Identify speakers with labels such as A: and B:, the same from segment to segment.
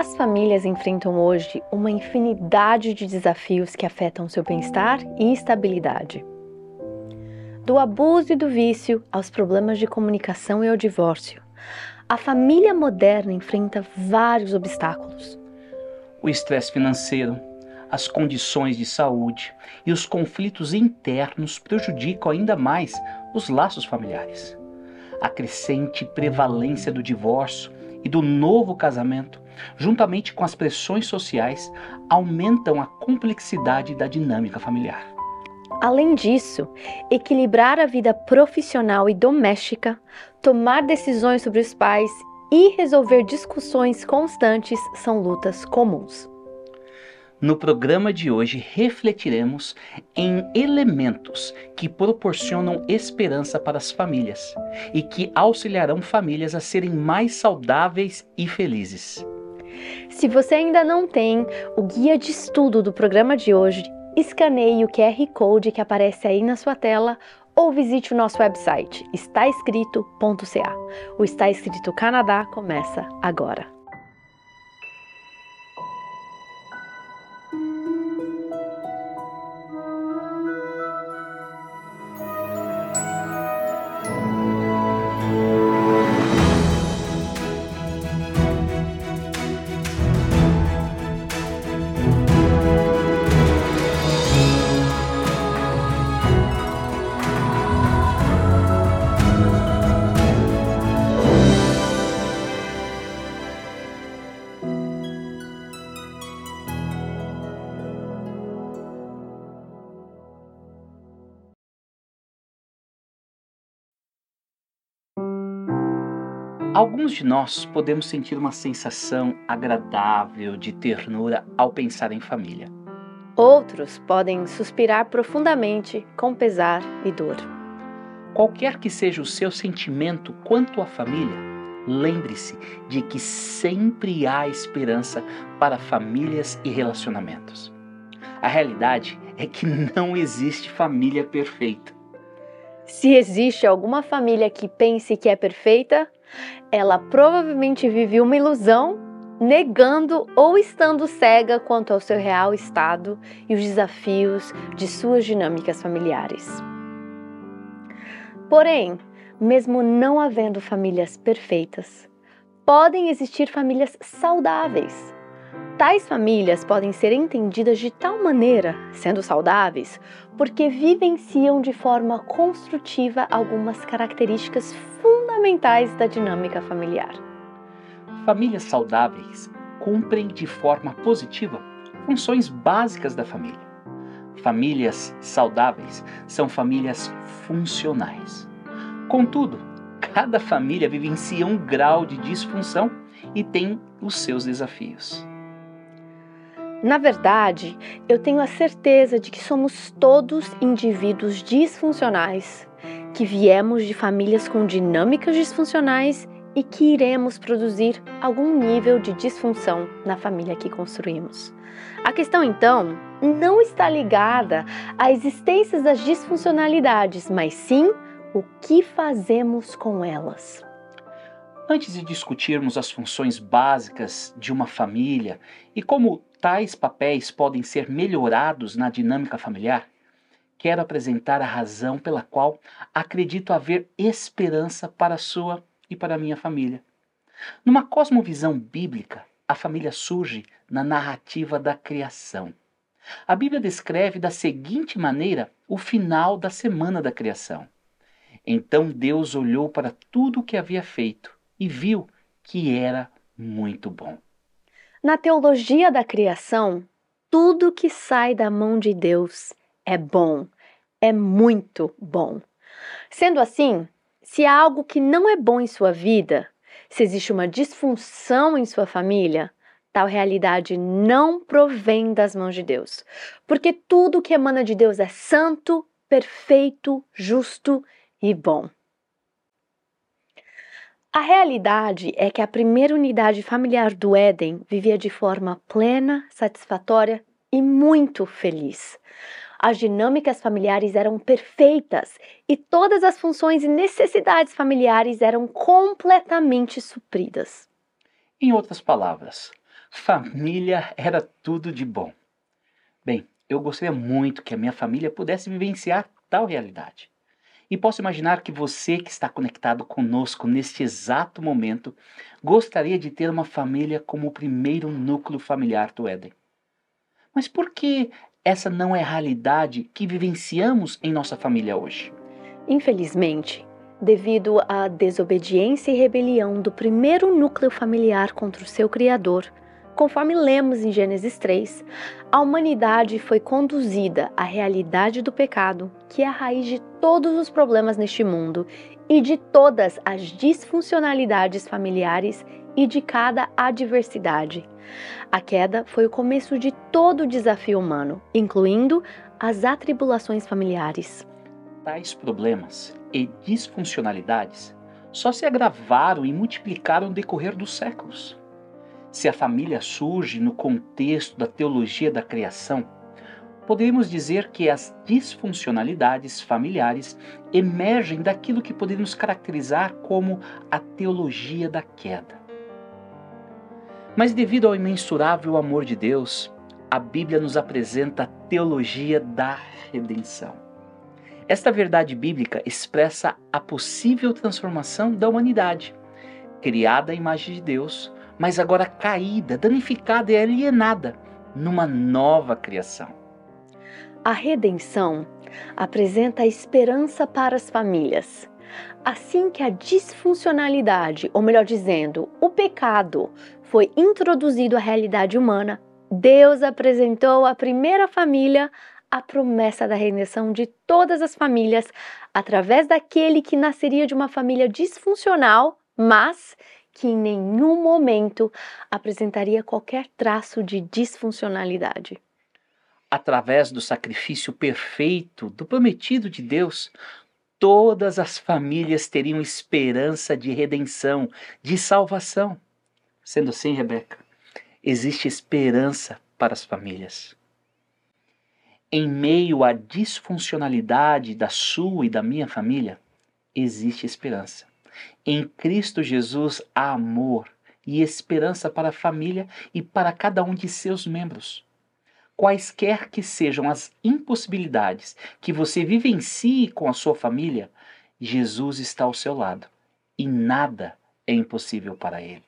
A: As famílias enfrentam hoje uma infinidade de desafios que afetam seu bem-estar e estabilidade. Do abuso e do vício aos problemas de comunicação e ao divórcio, a família moderna enfrenta vários obstáculos.
B: O estresse financeiro, as condições de saúde e os conflitos internos prejudicam ainda mais os laços familiares. A crescente prevalência do divórcio e do novo casamento, juntamente com as pressões sociais, aumentam a complexidade da dinâmica familiar.
A: Além disso, equilibrar a vida profissional e doméstica, tomar decisões sobre os pais e resolver discussões constantes são lutas comuns.
B: No programa de hoje, refletiremos em elementos que proporcionam esperança para as famílias e que auxiliarão famílias a serem mais saudáveis e felizes.
A: Se você ainda não tem o guia de estudo do programa de hoje, escaneie o QR Code que aparece aí na sua tela ou visite o nosso website estaescrito.ca. O Está Escrito Canadá começa agora.
B: Alguns de nós podemos sentir uma sensação agradável de ternura ao pensar em família.
A: Outros podem suspirar profundamente com pesar e dor.
B: Qualquer que seja o seu sentimento quanto à família, lembre-se de que sempre há esperança para famílias e relacionamentos. A realidade é que não existe família perfeita.
A: Se existe alguma família que pense que é perfeita, ela provavelmente vive uma ilusão, negando ou estando cega quanto ao seu real estado e os desafios de suas dinâmicas familiares. Porém, mesmo não havendo famílias perfeitas, podem existir famílias saudáveis. Tais famílias podem ser entendidas de tal maneira, sendo saudáveis, porque vivenciam de forma construtiva algumas características fundamentais da dinâmica familiar.
B: Famílias saudáveis cumprem de forma positiva funções básicas da família. Famílias saudáveis são famílias funcionais. Contudo, cada família vivencia um grau de disfunção e tem os seus desafios.
A: Na verdade, eu tenho a certeza de que somos todos indivíduos disfuncionais, que viemos de famílias com dinâmicas disfuncionais e que iremos produzir algum nível de disfunção na família que construímos. A questão, então, não está ligada à existência das disfuncionalidades, mas sim o que fazemos com elas.
B: Antes de discutirmos as funções básicas de uma família e como tais papéis podem ser melhorados na dinâmica familiar, quero apresentar a razão pela qual acredito haver esperança para a sua e para a minha família. Numa cosmovisão bíblica, a família surge na narrativa da criação. A Bíblia descreve da seguinte maneira o final da semana da criação. Então Deus olhou para tudo o que havia feito e viu que era muito bom.
A: Na teologia da criação, tudo que sai da mão de Deus é bom, é muito bom. Sendo assim, se há algo que não é bom em sua vida, se existe uma disfunção em sua família, tal realidade não provém das mãos de Deus, porque tudo que emana de Deus é santo, perfeito, justo e bom. A realidade é que a primeira unidade familiar do Éden vivia de forma plena, satisfatória e muito feliz. As dinâmicas familiares eram perfeitas e todas as funções e necessidades familiares eram completamente supridas.
B: Em outras palavras, Família era tudo de bom. Bem, eu gostaria muito que a minha família pudesse vivenciar tal realidade. E posso imaginar que você que está conectado conosco neste exato momento gostaria de ter uma família como o primeiro núcleo familiar do Éden. Mas por que essa não é a realidade que vivenciamos em nossa família hoje?
A: Infelizmente, devido à desobediência e rebelião do primeiro núcleo familiar contra o seu Criador, conforme lemos em Gênesis 3, a humanidade foi conduzida à realidade do pecado, que é a raiz de todos os problemas neste mundo e de todas as disfuncionalidades familiares e de cada adversidade. A queda foi o começo de todo o desafio humano, incluindo as atribulações familiares.
B: Tais problemas e disfuncionalidades só se agravaram e multiplicaram no decorrer dos séculos. Se a família surge no contexto da teologia da criação, poderíamos dizer que as disfuncionalidades familiares emergem daquilo que poderíamos caracterizar como a teologia da queda. Mas devido ao imensurável amor de Deus, a Bíblia nos apresenta a teologia da redenção. Esta verdade bíblica expressa a possível transformação da humanidade, criada à imagem de Deus, mas agora caída, danificada e alienada numa nova criação.
A: A redenção apresenta a esperança para as famílias. Assim que a disfuncionalidade, ou melhor dizendo, o pecado, foi introduzido à realidade humana, Deus apresentou à primeira família a promessa da redenção de todas as famílias através daquele que nasceria de uma família disfuncional, mas que em nenhum momento apresentaria qualquer traço de disfuncionalidade.
B: Através do sacrifício perfeito do prometido de Deus, todas as famílias teriam esperança de redenção, de salvação. Sendo assim, Rebeca, existe esperança para as famílias. Em meio à disfuncionalidade da sua e da minha família, existe esperança. Em Cristo Jesus há amor e esperança para a família e para cada um de seus membros. Quaisquer que sejam as impossibilidades que você vivencie com a sua família, Jesus está ao seu lado e nada é impossível para ele.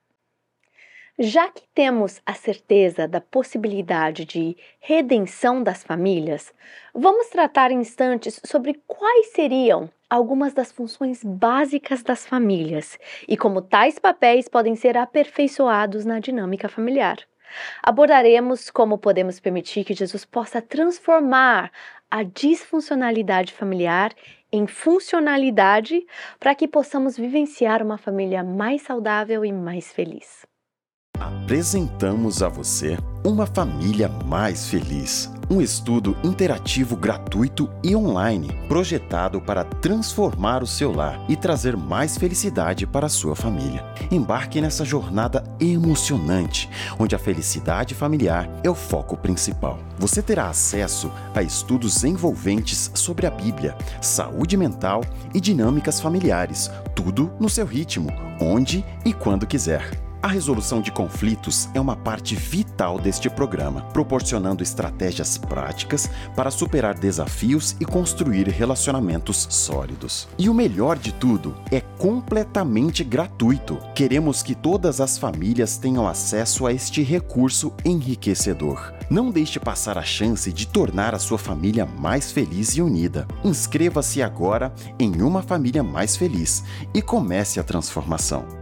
A: Já que temos a certeza da possibilidade de redenção das famílias, vamos tratar em instantes sobre quais seriam algumas das funções básicas das famílias e como tais papéis podem ser aperfeiçoados na dinâmica familiar. Abordaremos como podemos permitir que Jesus possa transformar a disfuncionalidade familiar em funcionalidade para que possamos vivenciar uma família mais saudável e mais feliz.
C: Apresentamos a você Uma Família Mais Feliz, um estudo interativo gratuito e online, projetado para transformar o seu lar e trazer mais felicidade para a sua família. Embarque nessa jornada emocionante, onde a felicidade familiar é o foco principal. Você terá acesso a estudos envolventes sobre a Bíblia, saúde mental e dinâmicas familiares, tudo no seu ritmo, onde e quando quiser. A resolução de conflitos é uma parte vital deste programa, proporcionando estratégias práticas para superar desafios e construir relacionamentos sólidos. E o melhor de tudo, é completamente gratuito. Queremos que todas as famílias tenham acesso a este recurso enriquecedor. Não deixe passar a chance de tornar a sua família mais feliz e unida. Inscreva-se agora em Uma Família Mais Feliz e comece a transformação.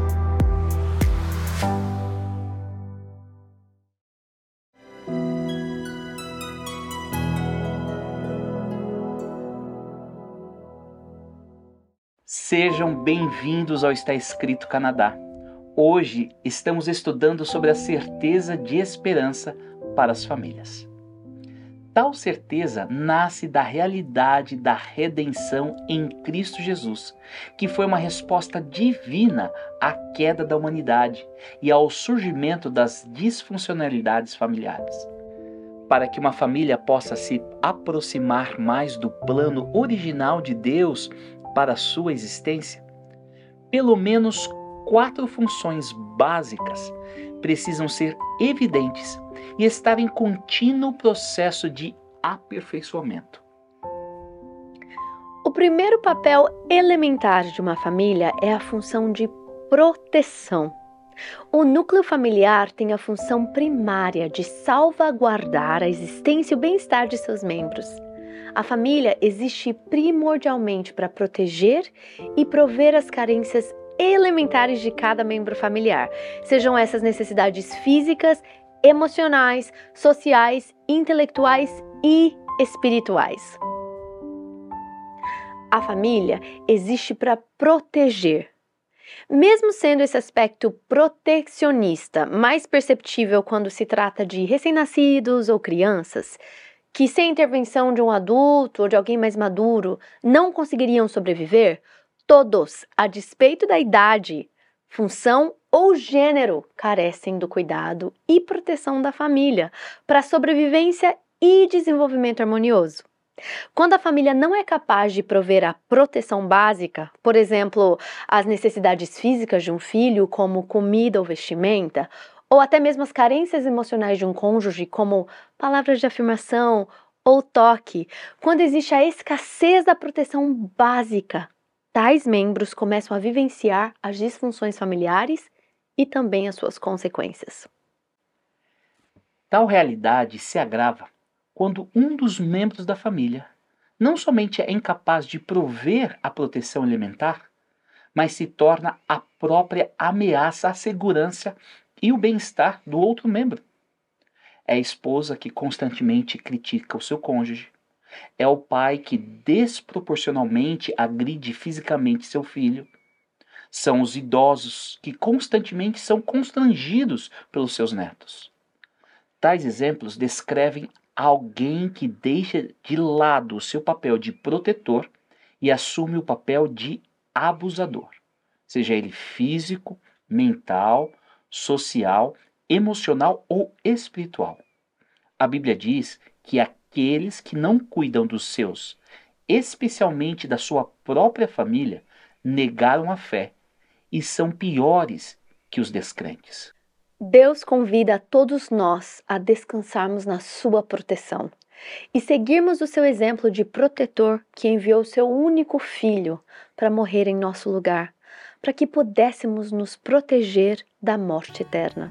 B: Sejam bem-vindos ao Está Escrito Canadá. Hoje estamos estudando sobre a certeza de esperança para as famílias. Tal certeza nasce da realidade da redenção em Cristo Jesus, que foi uma resposta divina à queda da humanidade e ao surgimento das disfuncionalidades familiares. Para que uma família possa se aproximar mais do plano original de Deus para a sua existência, pelo menos 4 funções básicas precisam ser evidentes e estar em contínuo processo de aperfeiçoamento.
A: O primeiro papel elementar de uma família é a função de proteção. O núcleo familiar tem a função primária de salvaguardar a existência e o bem-estar de seus membros. A família existe primordialmente para proteger e prover as carências elementares de cada membro familiar, sejam essas necessidades físicas, emocionais, sociais, intelectuais e espirituais. A família existe para proteger. Mesmo sendo esse aspecto protecionista mais perceptível quando se trata de recém-nascidos ou crianças, que sem a intervenção de um adulto ou de alguém mais maduro não conseguiriam sobreviver, todos, a despeito da idade, função ou gênero, carecem do cuidado e proteção da família para sobrevivência e desenvolvimento harmonioso. Quando a família não é capaz de prover a proteção básica, por exemplo, as necessidades físicas de um filho, como comida ou vestimenta, ou até mesmo as carências emocionais de um cônjuge, como palavras de afirmação ou toque, quando existe a escassez da proteção básica, tais membros começam a vivenciar as disfunções familiares e também as suas consequências.
B: Tal realidade se agrava quando um dos membros da família não somente é incapaz de prover a proteção elementar, mas se torna a própria ameaça à segurança e o bem-estar do outro membro. É a esposa que constantemente critica o seu cônjuge. É o pai que desproporcionalmente agride fisicamente seu filho. São os idosos que constantemente são constrangidos pelos seus netos. Tais exemplos descrevem alguém que deixa de lado o seu papel de protetor e assume o papel de abusador, seja ele físico, mental, social, emocional ou espiritual. A Bíblia diz que aqueles que não cuidam dos seus, especialmente da sua própria família, negaram a fé e são piores que os descrentes.
A: Deus convida a todos nós a descansarmos na sua proteção e seguirmos o seu exemplo de protetor que enviou seu único filho para morrer em nosso lugar, para que pudéssemos nos proteger da morte eterna.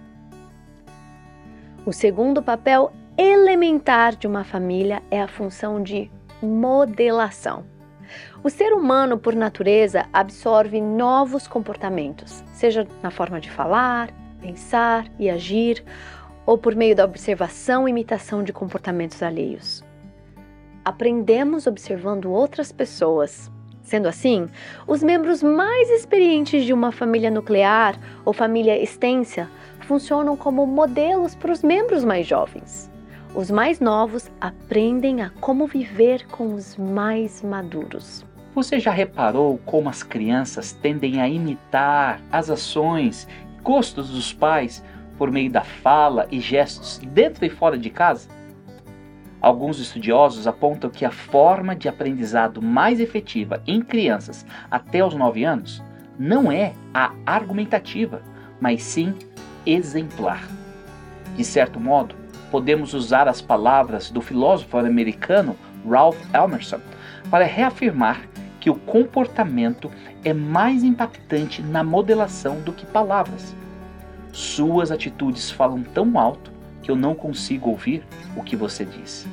A: O segundo papel elementar de uma família é a função de modelação. O ser humano, por natureza, absorve novos comportamentos, seja na forma de falar, pensar e agir, ou por meio da observação e imitação de comportamentos alheios. Aprendemos observando outras pessoas. Sendo assim, os membros mais experientes de uma família nuclear ou família extensa funcionam como modelos para os membros mais jovens. Os mais novos aprendem a como viver com os mais maduros.
B: Você já reparou como as crianças tendem a imitar as ações gostos dos pais por meio da fala e gestos dentro e fora de casa? Alguns estudiosos apontam que a forma de aprendizado mais efetiva em crianças até os 9 anos não é a argumentativa, mas sim exemplar. De certo modo, podemos usar as palavras do filósofo americano Ralph Emerson para reafirmar que o comportamento é mais impactante na modelação do que palavras. Suas atitudes falam tão alto que eu não consigo ouvir o que você diz.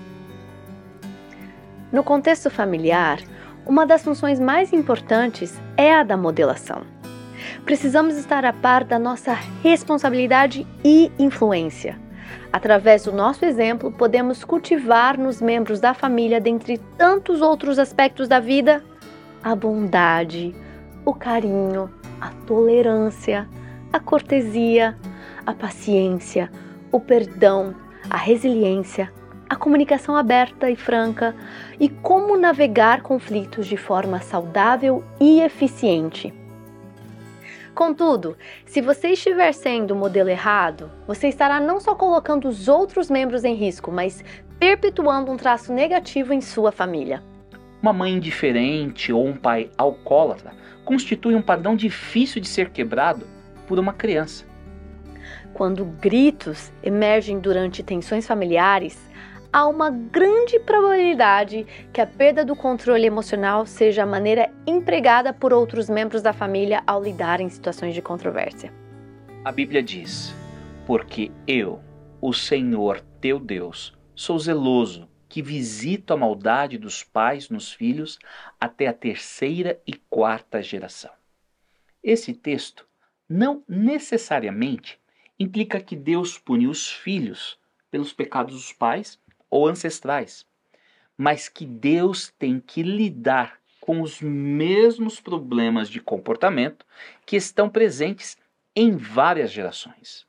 A: No contexto familiar, uma das funções mais importantes é a da modelação. Precisamos estar a par da nossa responsabilidade e influência. Através do nosso exemplo, podemos cultivar nos membros da família, dentre tantos outros aspectos da vida, a bondade, o carinho, a tolerância, a cortesia, a paciência, o perdão, a resiliência, a comunicação aberta e franca e como navegar conflitos de forma saudável e eficiente. Contudo, se você estiver sendo o modelo errado, você estará não só colocando os outros membros em risco, mas perpetuando um traço negativo em sua família.
B: Uma mãe indiferente ou um pai alcoólatra constitui um padrão difícil de ser quebrado por uma criança.
A: Quando gritos emergem durante tensões familiares, há uma grande probabilidade que a perda do controle emocional seja a maneira empregada por outros membros da família ao lidar em situações de controvérsia.
B: A Bíblia diz: porque eu, o Senhor teu Deus, sou zeloso, que visito a maldade dos pais nos filhos até a 3ª e 4ª geração. Esse texto não necessariamente implica que Deus pune os filhos pelos pecados dos pais ou ancestrais, mas que Deus tem que lidar com os mesmos problemas de comportamento que estão presentes em várias gerações.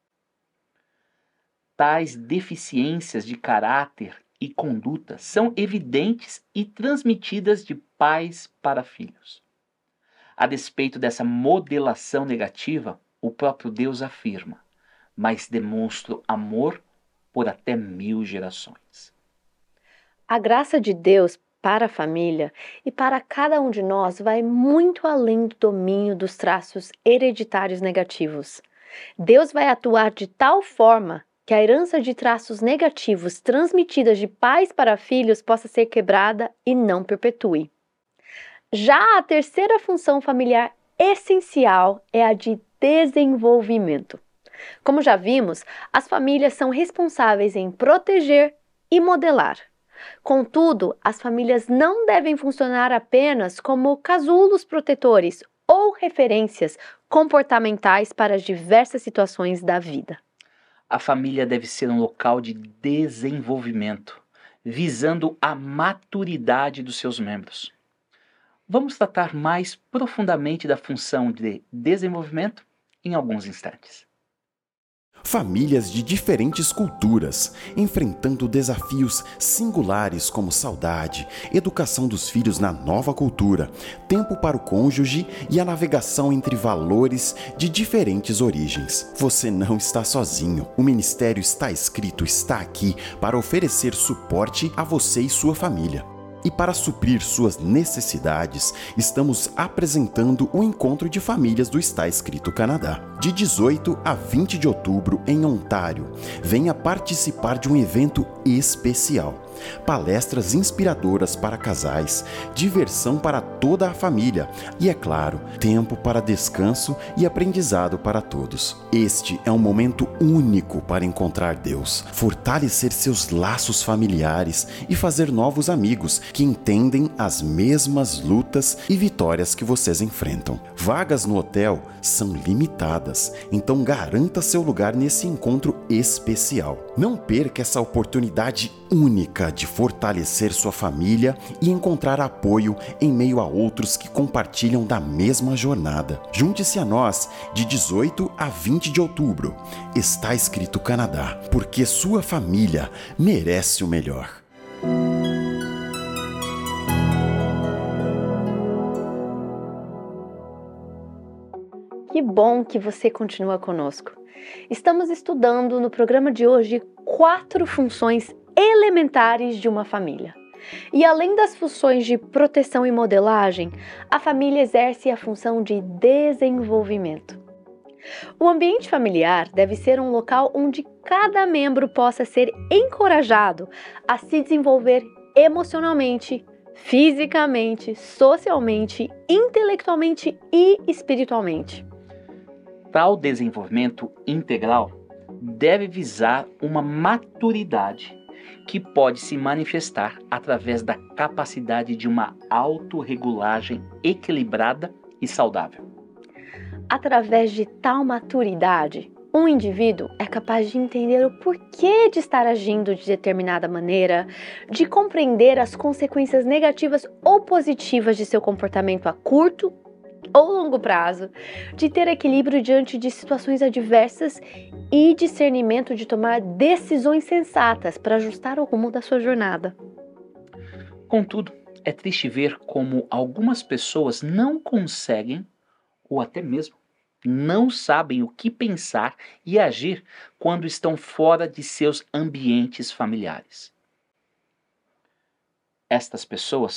B: Tais deficiências de caráter e conduta são evidentes e transmitidas de pais para filhos. A despeito dessa modelação negativa, o próprio Deus afirma: mas demonstro amor por até 1000 gerações.
A: A graça de Deus para a família e para cada um de nós vai muito além do domínio dos traços hereditários negativos. Deus vai atuar de tal forma que a herança de traços negativos transmitidas de pais para filhos possa ser quebrada e não perpetue. Já a terceira função familiar essencial é a de desenvolvimento. Como já vimos, as famílias são responsáveis em proteger e modelar. Contudo, as famílias não devem funcionar apenas como casulos protetores ou referências comportamentais para as diversas situações da vida.
B: A família deve ser um local de desenvolvimento, visando a maturidade dos seus membros. Vamos tratar mais profundamente da função de desenvolvimento em alguns instantes.
C: Famílias de diferentes culturas, enfrentando desafios singulares como saudade, educação dos filhos na nova cultura, tempo para o cônjuge e a navegação entre valores de diferentes origens. Você não está sozinho. O Ministério Está Escrito está aqui para oferecer suporte a você e sua família. E para suprir suas necessidades, estamos apresentando o Encontro de Famílias do Está Escrito Canadá. De 18 a 20 de outubro, em Ontário, venha participar de um evento especial. Palestras inspiradoras para casais, diversão para toda a família e, é claro, tempo para descanso e aprendizado para todos. Este é um momento único para encontrar Deus, fortalecer seus laços familiares e fazer novos amigos que entendem as mesmas lutas e vitórias que vocês enfrentam. Vagas no hotel são limitadas, então garanta seu lugar nesse encontro especial. Não perca essa oportunidade única de fortalecer sua família e encontrar apoio em meio a outros que compartilham da mesma jornada. Junte-se a nós de 18 a 20 de outubro. Está Escrito Canadá, porque sua família merece o melhor.
A: Que bom que você continua conosco. Estamos estudando no programa de hoje 4 funções elementares de uma família. E além das funções de proteção e modelagem, a família exerce a função de desenvolvimento. O ambiente familiar deve ser um local onde cada membro possa ser encorajado a se desenvolver emocionalmente, fisicamente, socialmente, intelectualmente e espiritualmente.
B: Tal desenvolvimento integral deve visar uma maturidade que pode se manifestar através da capacidade de uma autorregulagem equilibrada e saudável.
A: Através de tal maturidade, um indivíduo é capaz de entender o porquê de estar agindo de determinada maneira, de compreender as consequências negativas ou positivas de seu comportamento a curto ou longo prazo, de ter equilíbrio diante de situações adversas e discernimento de tomar decisões sensatas para ajustar o rumo da sua jornada.
B: Contudo, é triste ver como algumas pessoas não conseguem, ou até mesmo não sabem o que pensar e agir quando estão fora de seus ambientes familiares. Estas pessoas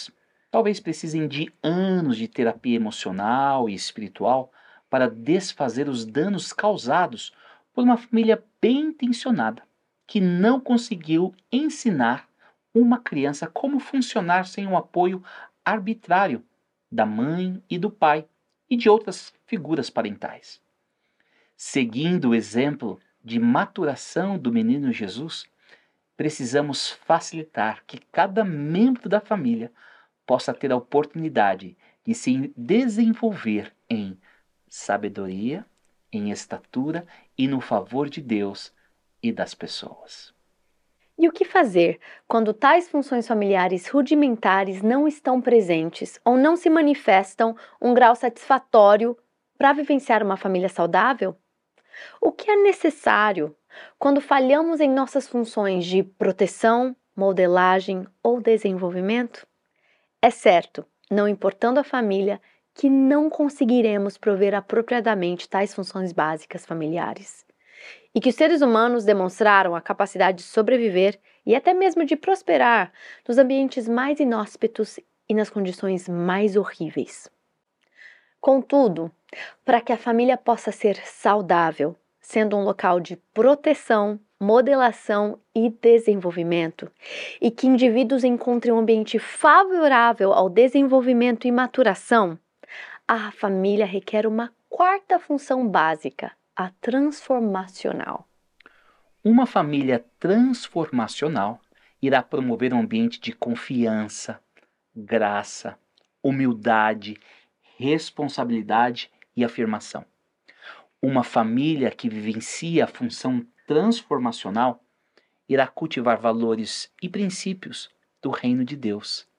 B: Talvez precisem de anos de terapia emocional e espiritual para desfazer os danos causados por uma família bem intencionada, que não conseguiu ensinar uma criança como funcionar sem o apoio arbitrário da mãe e do pai e de outras figuras parentais. Seguindo o exemplo de maturação do menino Jesus, precisamos facilitar que cada membro da família possa ter a oportunidade de se desenvolver em sabedoria, em estatura e no favor de Deus e das pessoas.
A: E o que fazer quando tais funções familiares rudimentares não estão presentes ou não se manifestam um grau satisfatório para vivenciar uma família saudável? O que é necessário quando falhamos em nossas funções de proteção, modelagem ou desenvolvimento? É certo, não importando a família, que não conseguiremos prover apropriadamente tais funções básicas familiares. E que os seres humanos demonstraram a capacidade de sobreviver e até mesmo de prosperar nos ambientes mais inóspitos e nas condições mais horríveis. Contudo, para que a família possa ser saudável, sendo um local de proteção, modelação e desenvolvimento, e que indivíduos encontrem um ambiente favorável ao desenvolvimento e maturação, a família requer uma quarta função básica, a transformacional.
B: Uma família transformacional irá promover um ambiente de confiança, graça, humildade, responsabilidade e afirmação. Uma família que vivencia a função transformacional irá cultivar valores e princípios do reino de Deus.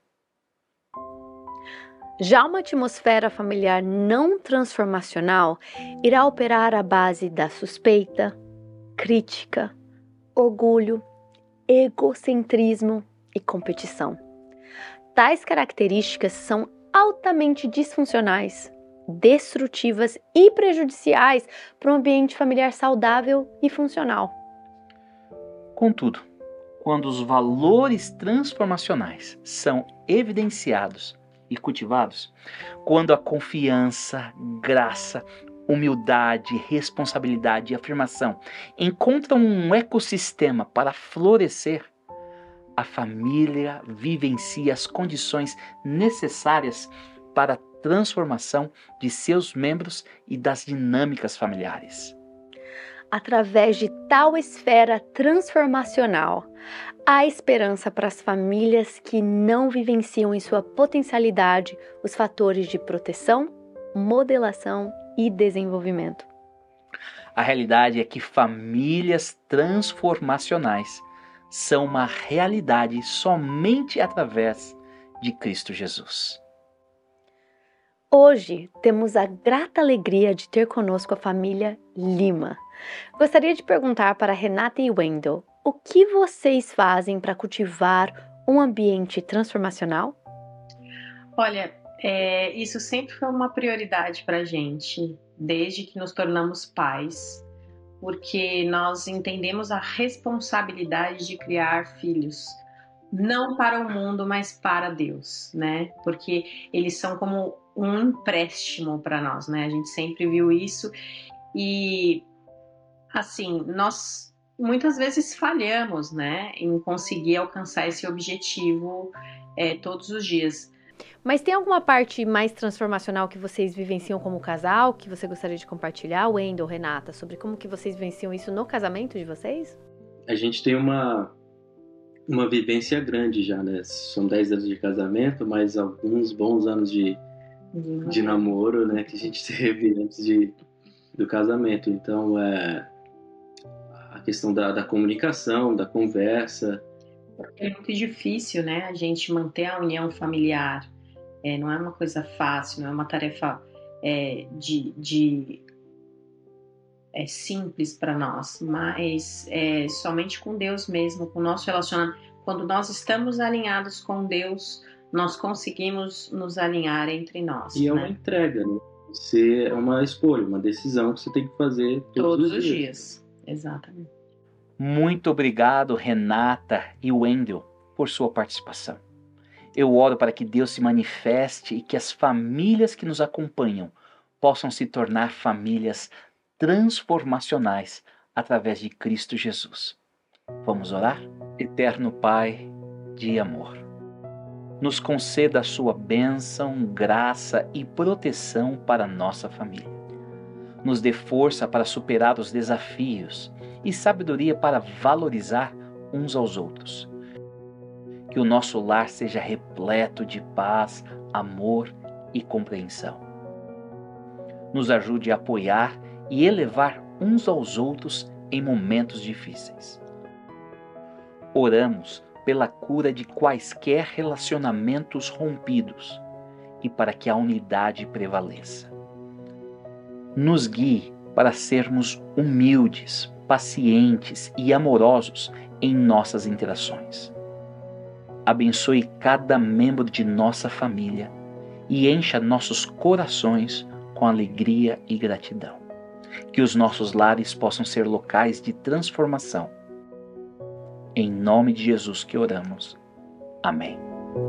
A: Já uma atmosfera familiar não transformacional irá operar à base da suspeita, crítica, orgulho, egocentrismo e competição. Tais características são altamente disfuncionais, destrutivas e prejudiciais para um ambiente familiar saudável e funcional.
B: Contudo, quando os valores transformacionais são evidenciados e cultivados, quando a confiança, graça, humildade, responsabilidade e afirmação encontram um ecossistema para florescer, a família vivencia as condições necessárias para a transformação de seus membros e das dinâmicas familiares.
A: Através de tal esfera transformacional, há esperança para as famílias que não vivenciam em sua potencialidade os fatores de proteção, modelação e desenvolvimento.
B: A realidade é que famílias transformacionais são uma realidade somente através de Cristo Jesus.
A: Hoje temos a grata alegria de ter conosco a família Lima. Gostaria de perguntar para Renata e Wendel, o que vocês fazem para cultivar um ambiente transformacional?
D: Olha, isso sempre foi uma prioridade para a gente, desde que nos tornamos pais, porque nós entendemos a responsabilidade de criar filhos, não para o mundo, mas para Deus, né? Porque eles são como um empréstimo para nós, né? A gente sempre viu isso e, assim, nós muitas vezes falhamos, né? Em conseguir alcançar esse objetivo todos os dias.
A: Mas tem alguma parte mais transformacional que vocês vivenciam como casal, que você gostaria de compartilhar, Wendel, Renata, sobre como que vocês vivenciam isso no casamento de vocês?
E: A gente tem uma vivência grande já, né? São 10 anos de casamento, mas alguns bons anos de namoro, né? Que a gente teve antes do casamento. Então, a questão da comunicação, da conversa.
D: É muito difícil, né? A gente manter a união familiar. Não é uma coisa fácil, não é uma tarefa simples para nós, mas somente com Deus mesmo, com o nosso relacionamento. Quando nós estamos alinhados com Deus, nós conseguimos nos alinhar entre nós.
E: E é uma entrega, né? É uma escolha, uma decisão que você tem que fazer todos os dias.
D: Exatamente.
B: Muito obrigado, Renata e Wendel, por sua participação. Eu oro para que Deus se manifeste e que as famílias que nos acompanham possam se tornar famílias transformacionais através de Cristo Jesus. Vamos orar? Eterno Pai de amor, nos conceda a sua bênção, graça e proteção para a nossa família. Nos dê força para superar os desafios e sabedoria para valorizar uns aos outros. Que o nosso lar seja repleto de paz, amor e compreensão. Nos ajude a apoiar e elevar uns aos outros em momentos difíceis. Oramos pela cura de quaisquer relacionamentos rompidos e para que a unidade prevaleça. Nos guie para sermos humildes, pacientes e amorosos em nossas interações. Abençoe cada membro de nossa família e encha nossos corações com alegria e gratidão. Que os nossos lares possam ser locais de transformação. Em nome de Jesus que oramos. Amém.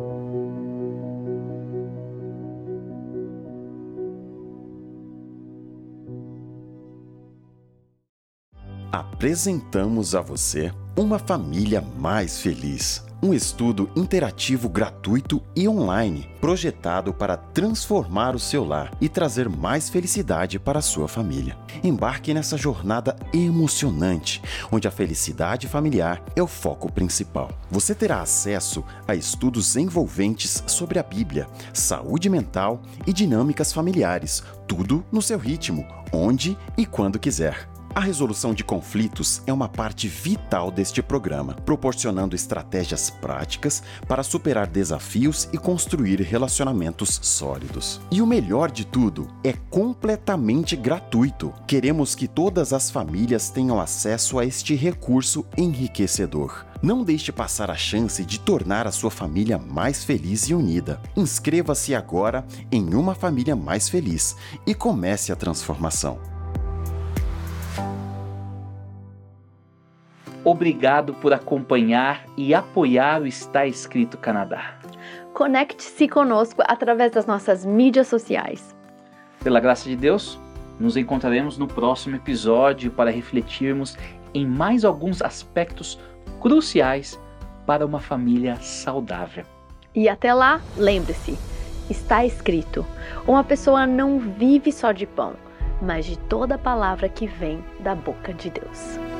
C: Apresentamos a você Uma Família Mais Feliz, um estudo interativo gratuito e online, projetado para transformar o seu lar e trazer mais felicidade para a sua família. Embarque nessa jornada emocionante, onde a felicidade familiar é o foco principal. Você terá acesso a estudos envolventes sobre a Bíblia, saúde mental e dinâmicas familiares, tudo no seu ritmo, onde e quando quiser. A resolução de conflitos é uma parte vital deste programa, proporcionando estratégias práticas para superar desafios e construir relacionamentos sólidos. E o melhor de tudo, é completamente gratuito. Queremos que todas as famílias tenham acesso a este recurso enriquecedor. Não deixe passar a chance de tornar a sua família mais feliz e unida. Inscreva-se agora em Uma Família Mais Feliz e comece a transformação.
B: Obrigado por acompanhar e apoiar o Está Escrito Canadá.
A: Conecte-se conosco através das nossas mídias sociais.
B: Pela graça de Deus, nos encontraremos no próximo episódio para refletirmos em mais alguns aspectos cruciais para uma família saudável.
A: E até lá, lembre-se, está escrito: uma pessoa não vive só de pão, mas de toda palavra que vem da boca de Deus.